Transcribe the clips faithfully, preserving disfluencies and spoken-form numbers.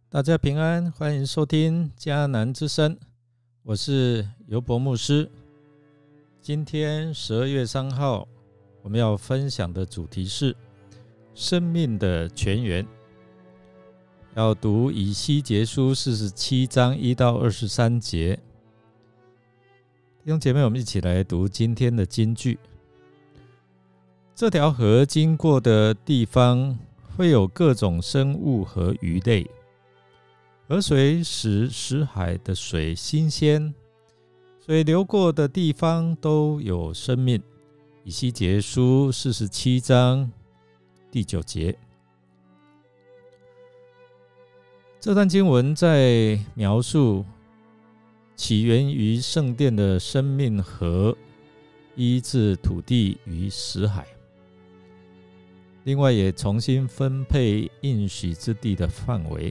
大家平安，欢迎收听迦南之声，我是尤伯牧师。今天十二月三号，我们要分享的主题是生命的泉源，要读以西结书四十七章一到二十三节。弟兄姐妹，我们一起来读今天的金句。这条河经过的地方，会有各种生物和鱼类。河水使死海的水新鲜，水流过的地方都有生命。以西结书四十七章第九节。这段经文在描述起源于圣殿的生命河医治土地与死海，另外也重新分配应许之地的范围。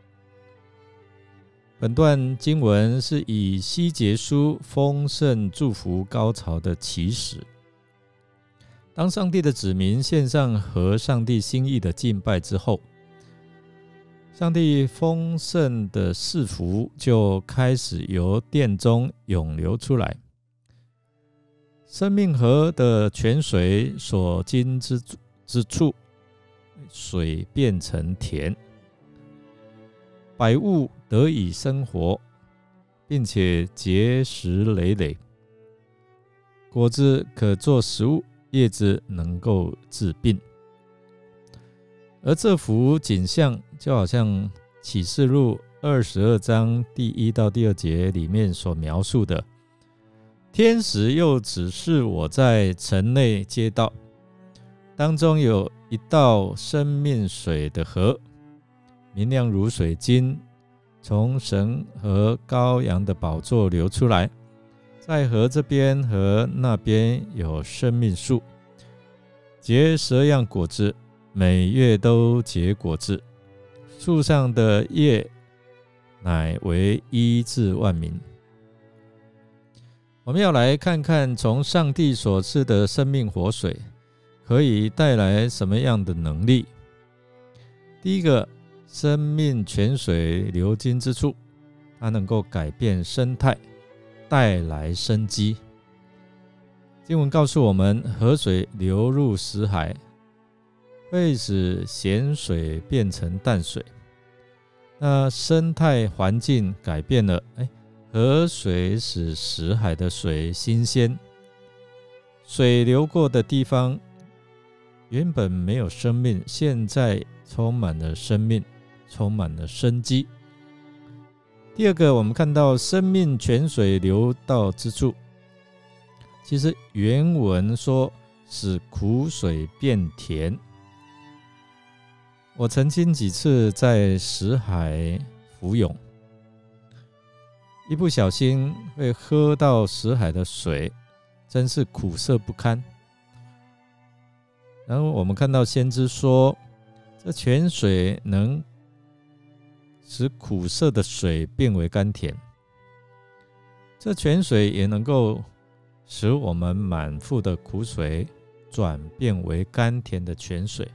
本段经文是以西结书丰盛祝福高潮的起始。当上帝的子民献上合上帝心意的敬拜之后，上帝丰盛的赐福就开始由殿中涌流出来。生命河的泉水所经之之处，水变成甜，百物得以生活，并且结实累累，果子可做食物，叶子能够治病。而这幅景象就好像启示录二十二章第一到第二节里面所描述的，天使又指示我在城内街道，当中有一道生命水的河，明亮如水晶，从神和羔羊的宝座流出来，在河这边和那边有生命树，结十二样果子，每月都结果子，树上的叶乃为医治万民。我们要来看看从上帝所赐的生命活水可以带来什么样的能力。第一个，生命泉水流经之处，它能够改变生态，带来生机。经文告诉我们，河水流入死海，会使咸水变成淡水。那生态环境改变了，哎，河水使死海的水新鲜，水流过的地方原本没有生命，现在充满了生命，充满了生机。第二个，我们看到生命泉水流到之处，其实原文说使苦水变甜。我曾经几次在死海浮泳，一不小心会喝到死海的水，真是苦涩不堪。然后我们看到先知说，这泉水能使苦涩的水变为甘甜，这泉水也能够使我们满腹的苦水转变为甘甜的泉水。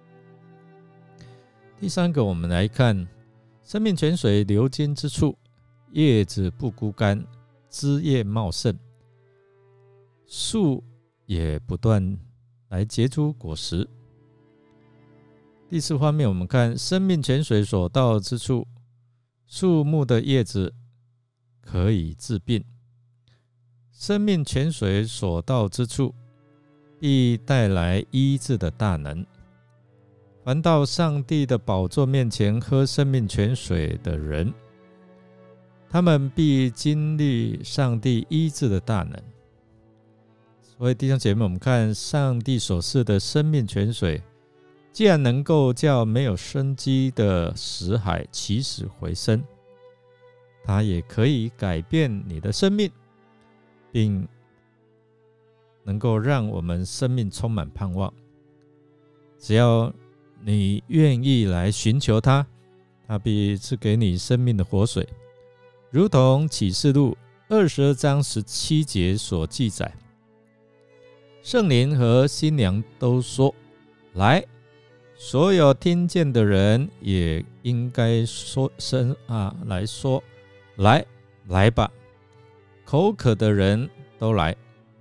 第三个，我们来看生命泉水流经之处，叶子不枯干，枝叶茂盛，树也不断来结出果实。第四方面，我们看生命泉水所到之处，树木的叶子可以治病。生命泉水所到之处，必带来医治的大能。凡到上帝的宝座面前喝生命泉水的人，他们必经历上帝医治的大能。所以弟兄姐妹，我们看上帝所赐的生命泉水，既然能够叫没有生机的死海起死回生，它也可以改变你的生命，并能够让我们生命充满盼望。只要你愿意来寻求它，它必赐给你生命的活水，如同启示录二十二章十七节所记载，圣灵和新娘都说，来， 所有听见的人也应该说声啊，来说，来，来吧，口渴的人都来，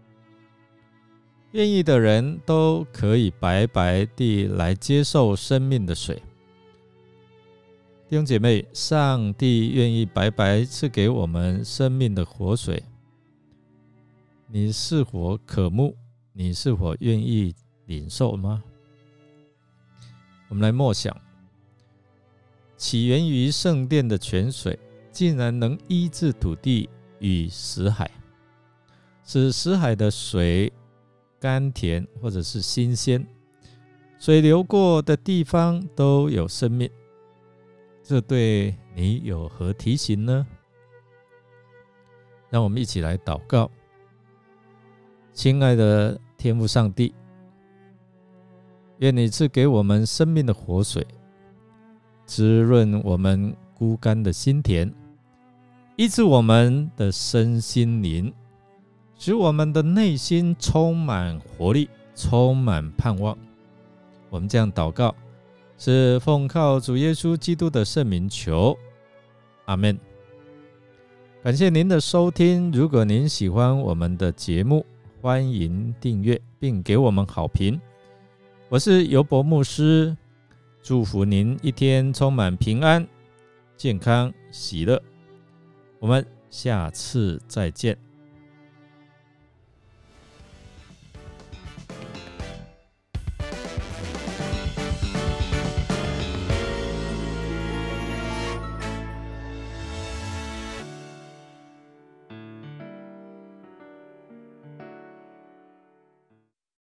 愿意的人都可以白白地来接受生命的水。弟兄姐妹，上帝愿意白白赐给我们生命的活水，你是否渴慕？你是否愿意领受吗？我们来默想，起源于圣殿的泉水，竟然能医治土地与死海，使死海的水甘甜或者是新鲜，水流过的地方都有生命。这对你有何提醒呢？让我们一起来祷告。亲爱的天父上帝，愿你赐给我们生命的活水，滋润我们枯干的心田，医治我们的身心灵，使我们的内心充满活力，充满盼望。我们这样祷告，是奉靠主耶稣基督的圣名求，阿们。感谢您的收听，如果您喜欢我们的节目，欢迎订阅并给我们好评。我是尤伯牧师，祝福您一天充满平安、健康、喜乐。我们下次再见。